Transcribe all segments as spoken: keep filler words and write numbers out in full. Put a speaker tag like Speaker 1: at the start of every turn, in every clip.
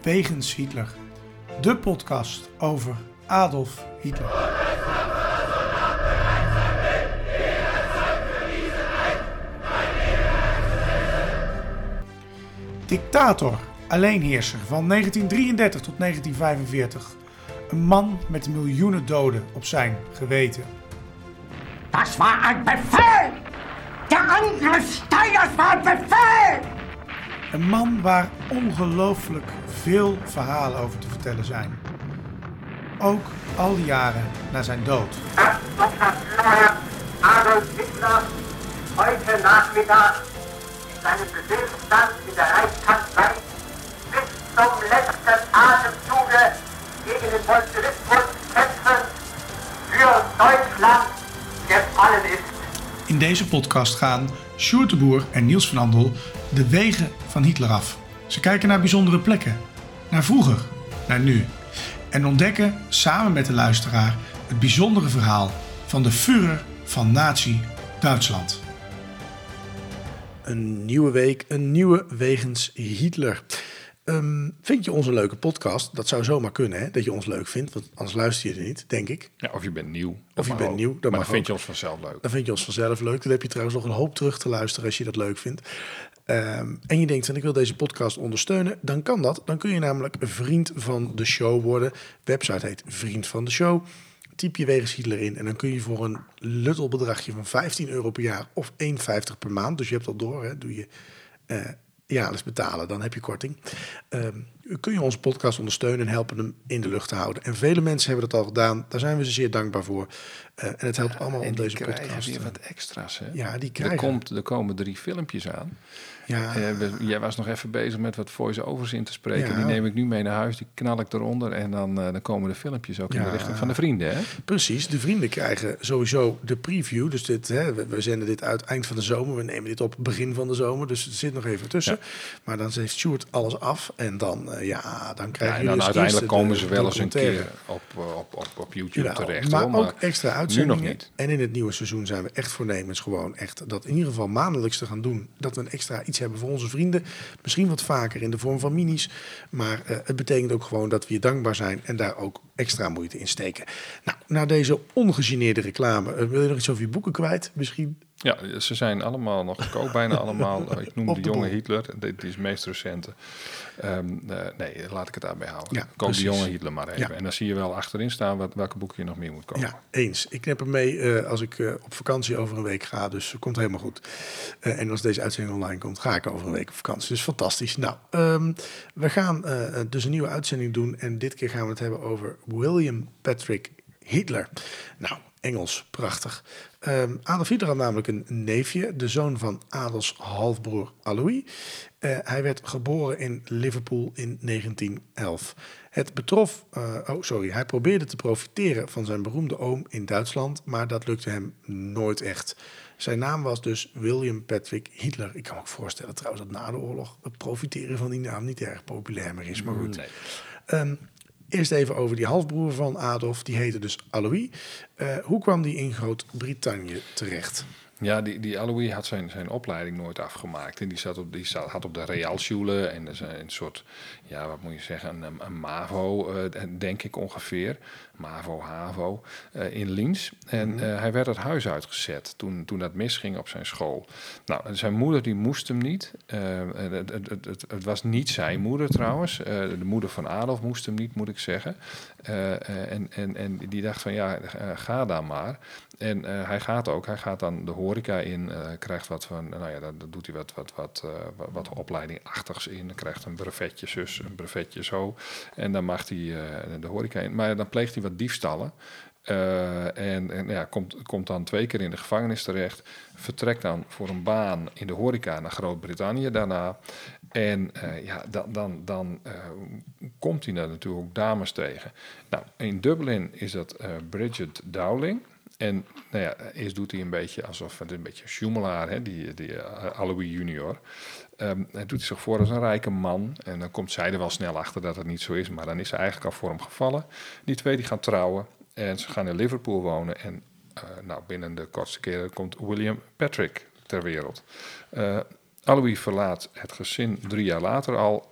Speaker 1: Wegens Hitler. De podcast over Adolf Hitler. Dictator, alleenheerser van negentien drieëndertig tot negentien vijfenveertig. Een man met miljoenen doden op zijn geweten.
Speaker 2: Das war ein Befehl! Der Angriff Steiners war ein Befehl!
Speaker 1: Een man waar ongelooflijk veel verhalen over te vertellen zijn. Ook al die jaren na zijn dood.
Speaker 2: Adolf Hitler heute Nachmittag in seinem Befehlsstand in der Reichskanzlei bis zum letzten Atemzuge gegen den Bolschewismus kämpfen für Deutschland gefallen ist.
Speaker 1: In deze podcast gaan Sjoerd de Boer en Niels van Andel de wegen van Hitler af. Ze kijken naar bijzondere plekken, naar vroeger, naar nu. En ontdekken samen met de luisteraar het bijzondere verhaal van de Führer van Nazi-Duitsland. Een nieuwe week, een nieuwe Wegens Hitler. Um, vind je ons een leuke podcast? Dat zou zomaar kunnen, hè? Dat je ons leuk vindt, want anders luister je er niet, denk ik.
Speaker 3: Ja, of je bent nieuw.
Speaker 1: Of je bent
Speaker 3: ook.
Speaker 1: nieuw.
Speaker 3: Dan maar dan vind je ons vanzelf leuk.
Speaker 1: Dan vind je ons vanzelf leuk. Dan heb je trouwens nog een hoop terug te luisteren als je dat leuk vindt. Um, en je denkt, en ik wil deze podcast ondersteunen, dan kan dat. Dan kun je namelijk een vriend van de show worden. Website heet Vriend van de Show. Typ je Wegens Hitler in en dan kun je voor een luttel bedragje van vijftien euro per jaar of één euro vijftig per maand, dus je hebt al door, hè, doe je uh, jaarlijks betalen, dan heb je korting. Um, kun je onze podcast ondersteunen en helpen hem in de lucht te houden. En vele mensen hebben dat al gedaan, daar zijn we ze zeer dankbaar voor. Uh, en het helpt
Speaker 3: ja,
Speaker 1: allemaal om deze podcast.
Speaker 3: En die weer wat extra's, hè?
Speaker 1: Ja, die krijgen.
Speaker 3: Er, komt, er komen drie filmpjes aan. Ja. Uh, we, jij was nog even bezig met wat voice-overs in te spreken. Ja. Die neem ik nu mee naar huis, die knal ik eronder. En dan, uh, dan komen de filmpjes ook ja. in de richting van de vrienden, hè?
Speaker 1: Precies, de vrienden krijgen sowieso de preview. Dus dit, hè, we, we zenden dit uit eind van de zomer. We nemen dit op begin van de zomer. Dus het zit nog even tussen. Ja. Maar dan heeft Sjoerd alles af. En dan, uh, ja, dan krijgen
Speaker 3: ja, en dan uiteindelijk komen ze wel eens een keer op, op, op, op YouTube ja, terecht.
Speaker 1: Maar
Speaker 3: hoor,
Speaker 1: ook
Speaker 3: maar
Speaker 1: extra uitzendingen. Nu nog niet. En in het nieuwe seizoen zijn we echt voornemens gewoon echt dat in ieder geval maandelijks te gaan doen. Dat we een extra iets hebben voor onze vrienden. Misschien wat vaker in de vorm van minis. Maar uh, het betekent ook gewoon dat we je dankbaar zijn en daar ook extra moeite in steken. Nou, na deze ongegeneerde reclame, uh, wil je nog iets over je boeken kwijt misschien?
Speaker 3: Ja, ze zijn allemaal nog gekocht, bijna allemaal. Ik noem de, de jonge Hitler, dit is het meest recente. Um, uh, nee, laat ik het daarbij houden. Ja, Koop de jonge Hitler maar even. Ja. En dan zie je wel achterin staan wat, welke boeken je nog meer moet kopen.
Speaker 1: Ja, eens. Ik knip hem mee uh, als ik uh, op vakantie over een week ga, dus komt helemaal goed. Uh, en als deze uitzending online komt, ga ik over een week op vakantie. Dus fantastisch. Nou, um, we gaan uh, dus een nieuwe uitzending doen en dit keer gaan we het hebben over William Patrick Hitler. Nou, Engels, prachtig. Um, Adolf Hitler had namelijk een neefje, de zoon van Adolfs halfbroer Alois. Uh, hij werd geboren in Liverpool in negentien elf. Het betrof, uh, oh sorry, hij probeerde te profiteren van zijn beroemde oom in Duitsland, maar dat lukte hem nooit echt. Zijn naam was dus William Patrick Hitler. Ik kan me ook voorstellen trouwens dat na de oorlog het profiteren van die naam niet erg populair meer is, maar goed.
Speaker 3: Nee.
Speaker 1: Um, Eerst even over die halfbroer van Adolf, die heette dus Alois. Uh, hoe kwam die in Groot-Brittannië terecht?
Speaker 3: Ja, die, die Alois had zijn, zijn opleiding nooit afgemaakt. En die, zat op, die zat, had op de Realschule en dus een soort, ja, wat moet je zeggen, een, een MAVO, uh, denk ik ongeveer. MAVO, HAVO, uh, in Linz. En uh, hij werd het huis uitgezet toen, toen dat misging op zijn school. Nou, zijn moeder die moest hem niet. Uh, het, het, het, het, het was niet zijn moeder trouwens. Uh, de moeder van Adolf moest hem niet, moet ik zeggen. Uh, uh, en, en, en die dacht van, ja, uh, ga dan maar. En uh, hij gaat ook, hij gaat dan de horeca in, uh, krijgt wat van, nou ja, dan doet hij wat, wat, wat, uh, wat, wat opleidingachtigs in. Dan krijgt een brevetje zus, een brevetje zo. En dan mag hij uh, de horeca in. Maar dan pleegt hij wat diefstallen. Uh, en en ja, komt, komt dan twee keer in de gevangenis terecht. Vertrekt dan voor een baan in de horeca naar Groot-Brittannië daarna. En uh, ja, dan, dan, dan uh, komt hij daar natuurlijk ook dames tegen. Nou, in Dublin is dat uh, Bridget Dowling. En nou ja, eerst doet hij een beetje alsof het een beetje Schumelaar, hè, die, die uh, Alois junior. Um, hij doet zich voor als een rijke man. En dan komt zij er wel snel achter dat het niet zo is. Maar dan is ze eigenlijk al voor hem gevallen. Die twee die gaan trouwen. En ze gaan in Liverpool wonen. En uh, nou, binnen de kortste keren komt William Patrick ter wereld. Uh, Alois verlaat het gezin drie jaar later al.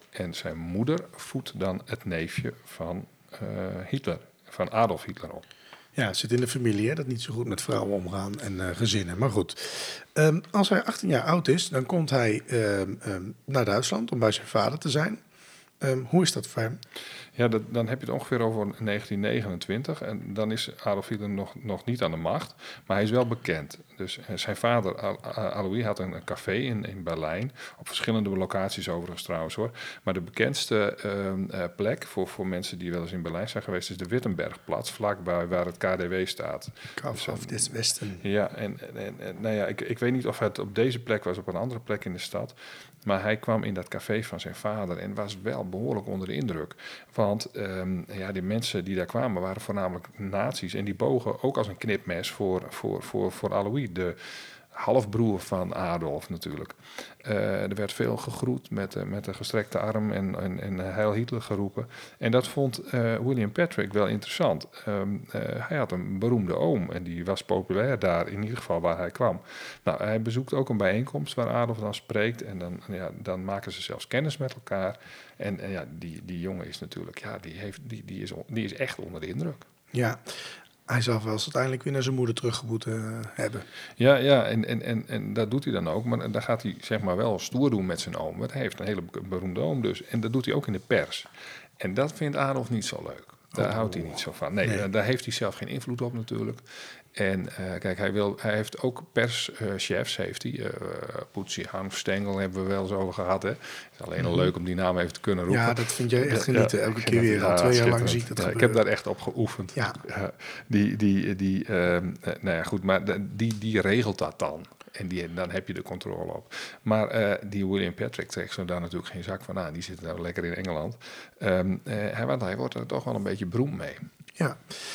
Speaker 3: En zijn moeder voedt dan het neefje van uh, Hitler, van Adolf Hitler op.
Speaker 1: Ja, het zit in de familie, hè, dat niet zo goed met vrouwen omgaan en uh, gezinnen. Maar goed, um, als hij achttien jaar oud is, dan komt hij um, um, naar Duitsland om bij zijn vader te zijn. Um, hoe is dat voor hem?
Speaker 3: Ja, dat, dan heb je het ongeveer over negentien negenentwintig. En dan is Adolf Hitler nog, nog niet aan de macht. Maar hij is wel bekend. Dus zijn vader, Alois, had een café in, in Berlijn. Op verschillende locaties overigens trouwens hoor. Maar de bekendste uh, plek voor, voor mensen die wel eens in Berlijn zijn geweest... is de Wittenbergplatz, vlakbij waar het K D W staat.
Speaker 1: Kaufhof des Westen.
Speaker 3: Ja, en, en, en nou ja, ik, ik weet niet of het op deze plek was, op een andere plek in de stad... Maar hij kwam in dat café van zijn vader en was wel behoorlijk onder de indruk. Want um, ja, die mensen die daar kwamen waren voornamelijk nazi's. En die bogen ook als een knipmes voor, voor, voor, voor Alois, de halfbroer van Adolf natuurlijk. Uh, er werd veel gegroet met, uh, met een gestrekte arm en, en, en Heil Hitler geroepen. En dat vond uh, William Patrick wel interessant. Um, uh, hij had een beroemde oom en die was populair daar, in ieder geval waar hij kwam. Nou, hij bezoekt ook een bijeenkomst waar Adolf dan spreekt en dan, ja, dan maken ze zelfs kennis met elkaar. En, en ja, die, die jongen is natuurlijk, ja, die, heeft, die, die, is, die is echt onder de indruk.
Speaker 1: Ja. Hij zal wel eens uiteindelijk weer naar zijn moeder teruggemoeten uh, hebben.
Speaker 3: Ja, ja en, en, en, en dat doet hij dan ook. Maar dan gaat hij zeg maar wel stoer doen met zijn oom. Want hij heeft een hele beroemde oom dus. En dat doet hij ook in de pers. En dat vindt Adolf niet zo leuk. Daar oh, houdt hij niet zo van. Nee, nee. Daar heeft hij zelf geen invloed op natuurlijk. En uh, kijk, hij, wil, hij heeft ook perschefs, uh, heeft hij. Uh, Poetsie, Hanf, Stengel hebben we wel eens over gehad. Hè. Het is alleen al leuk om die naam even te kunnen roepen.
Speaker 1: Ja, dat vind jij echt genieten. Ja, elke keer weer. Al twee jaar lang zie ik dat
Speaker 3: ja,
Speaker 1: gebeuren.
Speaker 3: Ik heb daar echt op geoefend. Ja. Uh, die, die, die, uh, nou ja, goed, maar die, die regelt dat dan. En die, dan heb je de controle op. Maar uh, die William Patrick trekt zo daar natuurlijk geen zak van aan. Die zit nou lekker in Engeland. Um, uh, hij, want hij wordt er toch wel een beetje beroemd mee.
Speaker 1: Ja.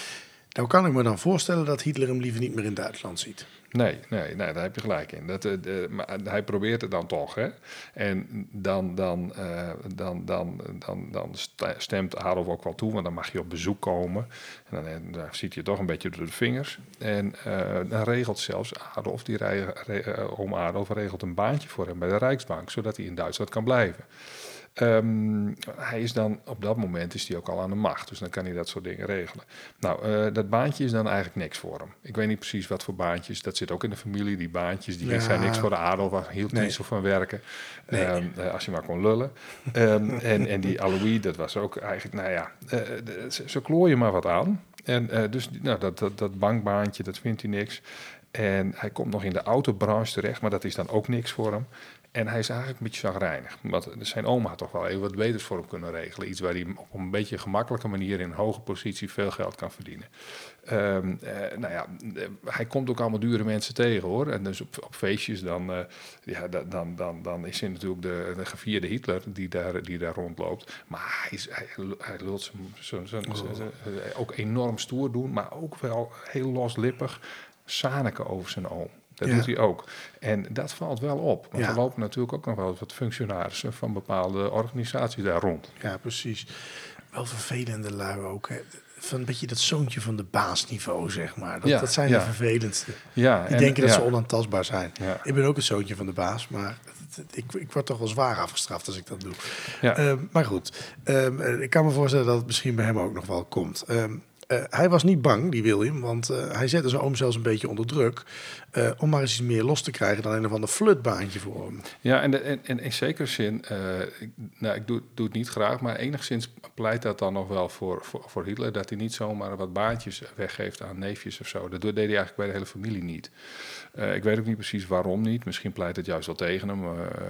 Speaker 1: Nou kan ik me dan voorstellen dat Hitler hem liever niet meer in Duitsland ziet.
Speaker 3: Nee, nee, nee, daar heb je gelijk in. Dat, uh, de, maar hij probeert het dan toch, hè. En dan, dan, uh, dan, dan, dan, dan stemt Adolf ook wel toe, want dan mag je op bezoek komen. En dan, en dan ziet je toch een beetje door de vingers. En uh, dan regelt zelfs Adolf, die re, re, uh, oom Adolf, regelt een baantje voor hem bij de Rijksbank, zodat hij in Duitsland kan blijven. Um, hij is dan, op dat moment is hij ook al aan de macht, dus dan kan hij dat soort dingen regelen. Nou, uh, dat baantje is dan eigenlijk niks voor hem. Ik weet niet precies wat voor baantjes, dat zit ook in de familie, die baantjes, die ja. zijn niks voor de Adolf, waar hield nee. niet zo van werken, nee. um, uh, als je maar kon lullen. Um, en, en die Alois, dat was ook eigenlijk, nou ja, uh, de, ze, ze klooien maar wat aan. En uh, dus nou, dat, dat, dat bankbaantje, dat vindt hij niks. En hij komt nog in de autobranche terecht, maar dat is dan ook niks voor hem. En hij is eigenlijk een beetje zagrijnig. Want zijn oma had toch wel even wat beters voor hem kunnen regelen. Iets waar hij op een beetje gemakkelijke manier in een hoge positie veel geld kan verdienen. Um, uh, nou ja, hij komt ook allemaal dure mensen tegen hoor. En dus op, op feestjes dan, uh, ja, dan, dan, dan is hij natuurlijk de, de gevierde Hitler die daar, die daar rondloopt. Maar hij, is, hij, hij lult zo, zo, zo, zo, zo, ook enorm stoer doen, maar ook wel heel loslippig zaniken over zijn oom. Dat ja. doet hij ook. En dat valt wel op. Want ja. er lopen natuurlijk ook nog wel wat functionarissen van bepaalde organisaties daar rond.
Speaker 1: Ja, precies. Wel vervelende lui ook. Hè. Van een beetje dat zoontje van de baasniveau, zeg maar. Dat, ja, dat zijn ja. de vervelendste. Ja, Die en, denken dat ja. ze onaantastbaar zijn. Ja. Ik ben ook het zoontje van de baas, maar ik, ik word toch wel zwaar afgestraft als ik dat doe. Ja. Uh, maar goed, uh, ik kan me voorstellen dat het misschien bij hem ook nog wel komt. Uh, Uh, hij was niet bang, die William, want uh, hij zette zijn oom zelfs een beetje onder druk uh, om maar eens iets meer los te krijgen dan een of ander flutbaantje voor hem.
Speaker 3: Ja, en, de, en, en in zekere zin, uh, ik, nou, ik doe, doe het niet graag, maar enigszins pleit dat dan nog wel voor, voor, voor Hitler, dat hij niet zomaar wat baantjes weggeeft aan neefjes of zo. Dat deed hij eigenlijk bij de hele familie niet. Uh, ik weet ook niet precies waarom niet. Misschien pleit het juist wel tegen hem, uh,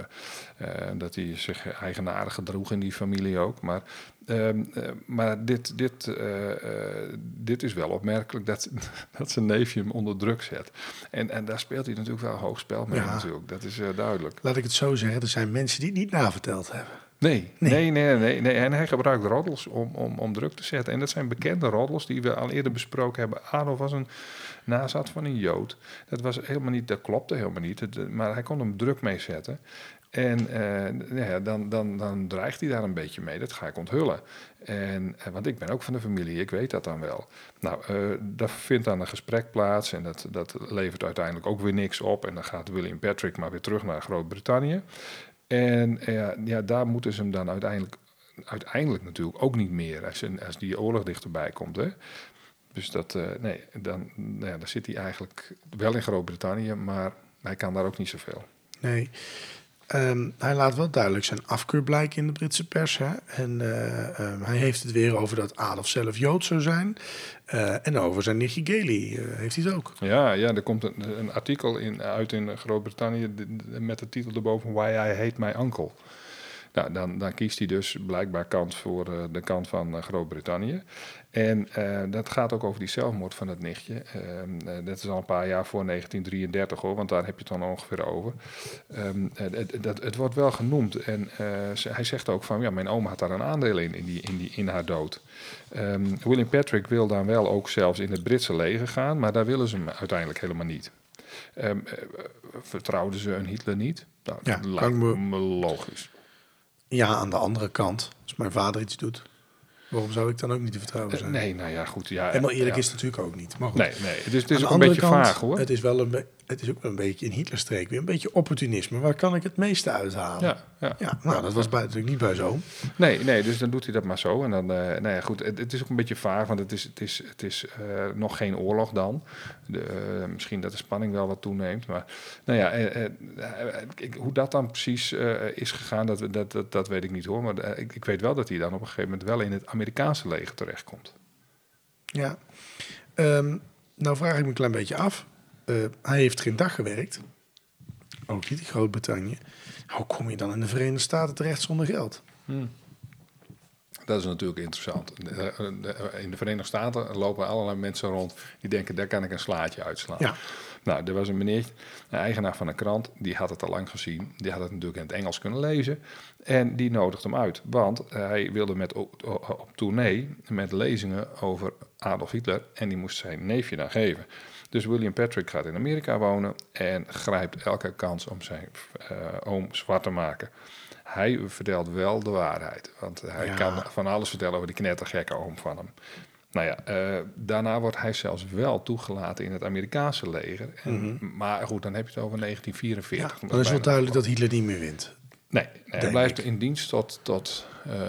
Speaker 3: uh, dat hij zich eigenaardig gedroeg in die familie ook, maar... Uh, uh, maar dit, dit, uh, uh, dit is wel opmerkelijk dat, dat zijn neefje hem onder druk zet. En, en daar speelt hij natuurlijk wel een hoog spel mee ja. natuurlijk. Dat is uh, duidelijk.
Speaker 1: Laat ik het zo zeggen, er zijn mensen die het niet naverteld hebben.
Speaker 3: Nee, nee, nee, nee, nee, nee. En hij gebruikt roddels om, om, om druk te zetten. En dat zijn bekende roddels die we al eerder besproken hebben. Adolf was een nazat van een Jood. Dat was helemaal niet, dat klopte helemaal niet. Het, maar hij kon hem druk mee zetten. En uh, ja, dan, dan, dan dreigt hij daar een beetje mee. Dat ga ik onthullen. En, uh, want ik ben ook van de familie, ik weet dat dan wel. Nou, uh, daar vindt dan een gesprek plaats en dat, dat levert uiteindelijk ook weer niks op. En dan gaat William Patrick maar weer terug naar Groot-Brittannië. En ja, ja, daar moeten ze hem dan uiteindelijk, uiteindelijk natuurlijk ook niet meer, als, als die oorlog dichterbij komt. Hè? Dus dat, uh, nee, dan, nou ja, dan zit hij eigenlijk wel in Groot-Brittannië, maar hij kan daar ook niet zoveel.
Speaker 1: Nee. Um, hij laat wel duidelijk zijn afkeur blijken in de Britse pers. Hè? En uh, um, hij heeft het weer over dat Adolf zelf Jood zou zijn. Uh, en over zijn nichtje Gaily uh, heeft hij het ook.
Speaker 3: Ja, ja, er komt een, een artikel in, uit in Groot-Brittannië de, de, met de titel erboven Why I Hate My Uncle. Nou, dan, dan kiest hij dus blijkbaar kant voor uh, de kant van uh, Groot-Brittannië. En uh, dat gaat ook over die zelfmoord van het nichtje. Uh, uh, dat is al een paar jaar voor negentien drieëndertig hoor, want daar heb je het dan ongeveer over. Um, uh, het, het, het wordt wel genoemd en uh, hij zegt ook van, ja, mijn oma had daar een aandeel in, in, die, in, die, in haar dood. Um, William Patrick wil dan wel ook zelfs in het Britse leger gaan, maar daar willen ze hem uiteindelijk helemaal niet. Um, uh, vertrouwden ze een Hitler niet? Nou,
Speaker 1: ja,
Speaker 3: dat lijkt me, me logisch.
Speaker 1: Ja, aan de andere kant, als mijn vader iets doet, waarom zou ik dan ook niet te vertrouwen zijn?
Speaker 3: Uh, nee, nou ja, goed. Ja,
Speaker 1: Helemaal eerlijk
Speaker 3: ja.
Speaker 1: is het natuurlijk ook niet. Maar goed.
Speaker 3: Nee, nee, het is, het is ook
Speaker 1: een
Speaker 3: een beetje
Speaker 1: kant,
Speaker 3: vaag, hoor.
Speaker 1: Het is, wel een be- het is ook wel een beetje in Hitlerstreek weer een beetje opportunisme. Waar kan ik het meeste uithalen?
Speaker 3: Ja, ja.
Speaker 1: ja nou,
Speaker 3: ja,
Speaker 1: dat was
Speaker 3: ja.
Speaker 1: bij, natuurlijk niet bij zo.
Speaker 3: Nee, nee, dus dan doet hij dat maar zo. En dan, uh, nou ja, goed, het, het is ook een beetje vaag, want het is, het is, het is uh, nog geen oorlog dan. De, uh, misschien dat de spanning wel wat toeneemt. Maar nou ja, uh, uh, uh, hoe dat dan precies uh, is gegaan, dat, dat, dat, dat weet ik niet hoor. Maar uh, ik, ik weet wel dat hij dan op een gegeven moment wel in het Amerikaanse leger terechtkomt.
Speaker 1: Ja, um, nou vraag ik me een klein beetje af. Uh, hij heeft geen dag gewerkt. Ook niet in Groot-Brittannië. Hoe kom je dan in de Verenigde Staten terecht zonder geld?
Speaker 3: Hmm. Dat is natuurlijk interessant. In de Verenigde Staten lopen allerlei mensen rond die denken, daar kan ik een slaatje uitslaan.
Speaker 1: Ja.
Speaker 3: Nou, er was een meneer, een eigenaar van een krant, die had het al lang gezien. Die had het natuurlijk in het Engels kunnen lezen. En die nodigde hem uit. Want hij wilde met op, op tournee met lezingen over Adolf Hitler. En die moest zijn neefje dan geven. Dus William Patrick gaat in Amerika wonen en grijpt elke kans om zijn uh, oom zwart te maken. Hij vertelt wel de waarheid. Want hij ja. kan van alles vertellen over die knettergekke oom van hem. Nou ja, uh, daarna wordt hij zelfs wel toegelaten in het Amerikaanse leger. En, mm-hmm. Maar goed, dan heb je het over negentien vierenveertig.
Speaker 1: Ja, dan is wel duidelijk dat Hitler niet meer wint.
Speaker 3: Nee, nee hij blijft ik. in dienst tot... tot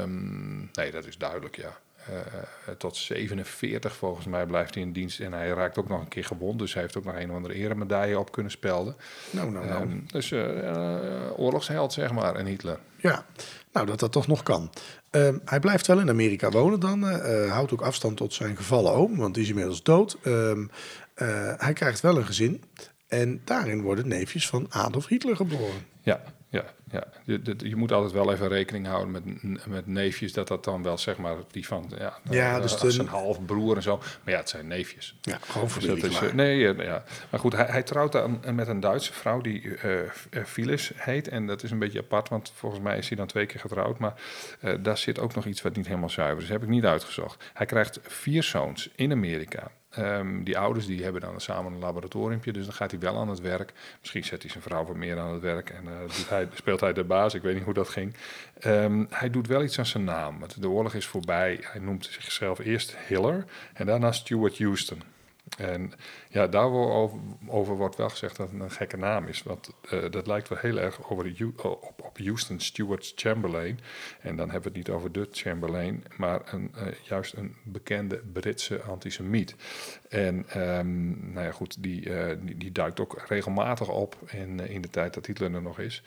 Speaker 3: um, nee, dat is duidelijk, ja. Uh, tot zevenenveertig volgens mij blijft hij in dienst. En hij raakt ook nog een keer gewond. Dus hij heeft ook nog een of andere eremedaille op kunnen spelden.
Speaker 1: Nou, nou, nou.
Speaker 3: Um, dus uh, uh, oorlogsheld, zeg maar, en Hitler.
Speaker 1: Ja, nou dat dat toch nog kan. Uh, hij blijft wel in Amerika wonen dan. Uh, houdt ook afstand tot zijn gevallen oom, want die is inmiddels dood. Uh, uh, hij krijgt wel een gezin. En daarin worden neefjes van Adolf Hitler geboren.
Speaker 3: Ja, ja, ja. Je, de, je moet altijd wel even rekening houden met, met neefjes, dat dat dan wel, zeg maar, die van, ja,
Speaker 1: ja dus
Speaker 3: de, zijn halfbroer en zo. Maar ja, het zijn neefjes.
Speaker 1: Ja, gewoon
Speaker 3: dus dat is, nee, ja. Maar goed, hij, hij trouwt dan met een Duitse vrouw die uh, Phyllis heet. En dat is een beetje apart, want volgens mij is hij dan twee keer getrouwd. Maar uh, daar zit ook nog iets wat niet helemaal zuiver is. Dat heb ik niet uitgezocht. Hij krijgt vier zoons in Amerika. Um, die ouders die hebben dan samen een laboratoriumpje, dus dan gaat hij wel aan het werk. Misschien zet hij zijn vrouw wat meer aan het werk en uh, doet hij, speelt hij de baas. Ik weet niet hoe dat ging. Um, hij doet wel iets aan zijn naam. De oorlog is voorbij. Hij noemt zichzelf eerst Hiller en daarna Stuart Houston. En ja, daarover over wordt wel gezegd dat het een gekke naam is. Want uh, dat lijkt wel heel erg over de, op, op Houston Stuart Chamberlain. En dan hebben we het niet over de Chamberlain, maar een, uh, juist een bekende Britse antisemiet. En um, nou ja, goed, die, uh, die, die duikt ook regelmatig op in, uh, in de tijd dat Hitler er nog is.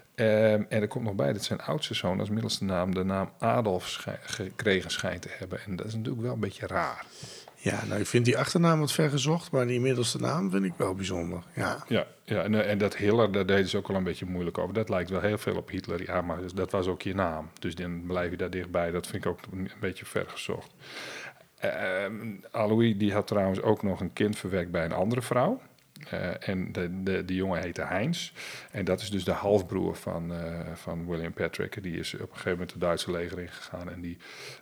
Speaker 3: Um, en er komt nog bij dat zijn oudste zoon als middelste naam de naam Adolf schij- gekregen schijnt te hebben. En dat is natuurlijk wel een beetje raar.
Speaker 1: Ja, nou, ik vind die achternaam wat ver gezocht, maar die middelste naam vind ik wel bijzonder. Ja,
Speaker 3: ja, ja en, en dat Hitler, daar deden ze ook wel een beetje moeilijk over. Dat lijkt wel heel veel op Hitler. Ja, maar dat was ook je naam. Dus dan blijf je daar dichtbij. Dat vind ik ook een beetje ver gezocht. Uh, Alois, die had trouwens ook nog een kind verwekt bij een andere vrouw. Uh, en de, de, die jongen heette Heinz. En dat is dus de halfbroer van, uh, van William Patrick. Die is op een gegeven moment het Duitse leger ingegaan. En die,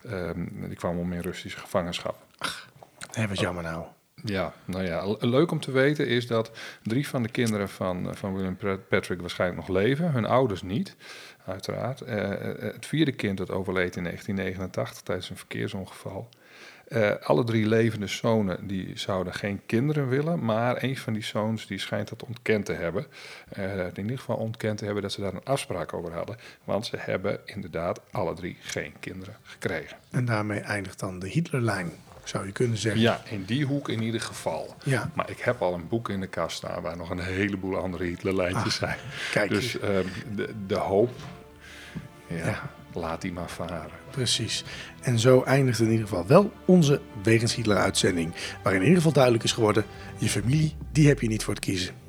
Speaker 3: um, die kwam om in Russische gevangenschap.
Speaker 1: Ach, wat jammer nou.
Speaker 3: Ja, nou ja, leuk om te weten is dat drie van de kinderen van, van William Patrick waarschijnlijk nog leven. Hun ouders niet, uiteraard. Uh, het vierde kind dat overleed in negentien negenentachtig tijdens een verkeersongeval. Uh, alle drie levende zonen die zouden geen kinderen willen, maar een van die zoons die schijnt dat ontkend te hebben. Uh, in ieder geval ontkend te hebben dat ze daar een afspraak over hadden, want ze hebben inderdaad alle drie geen kinderen gekregen.
Speaker 1: En daarmee eindigt dan de Hitlerlijn, zou je kunnen zeggen.
Speaker 3: Ja, in die hoek in ieder geval.
Speaker 1: Ja.
Speaker 3: Maar ik heb al een boek in de kast staan waar nog een heleboel andere Hitlerlijntjes zijn.
Speaker 1: Kijk
Speaker 3: dus uh, de, de hoop, ja,
Speaker 1: ja.
Speaker 3: laat die maar varen.
Speaker 1: Precies. En zo eindigt in ieder geval wel onze Wegens Hitler uitzending, waarin in ieder geval duidelijk is geworden, je familie, die heb je niet voor het kiezen.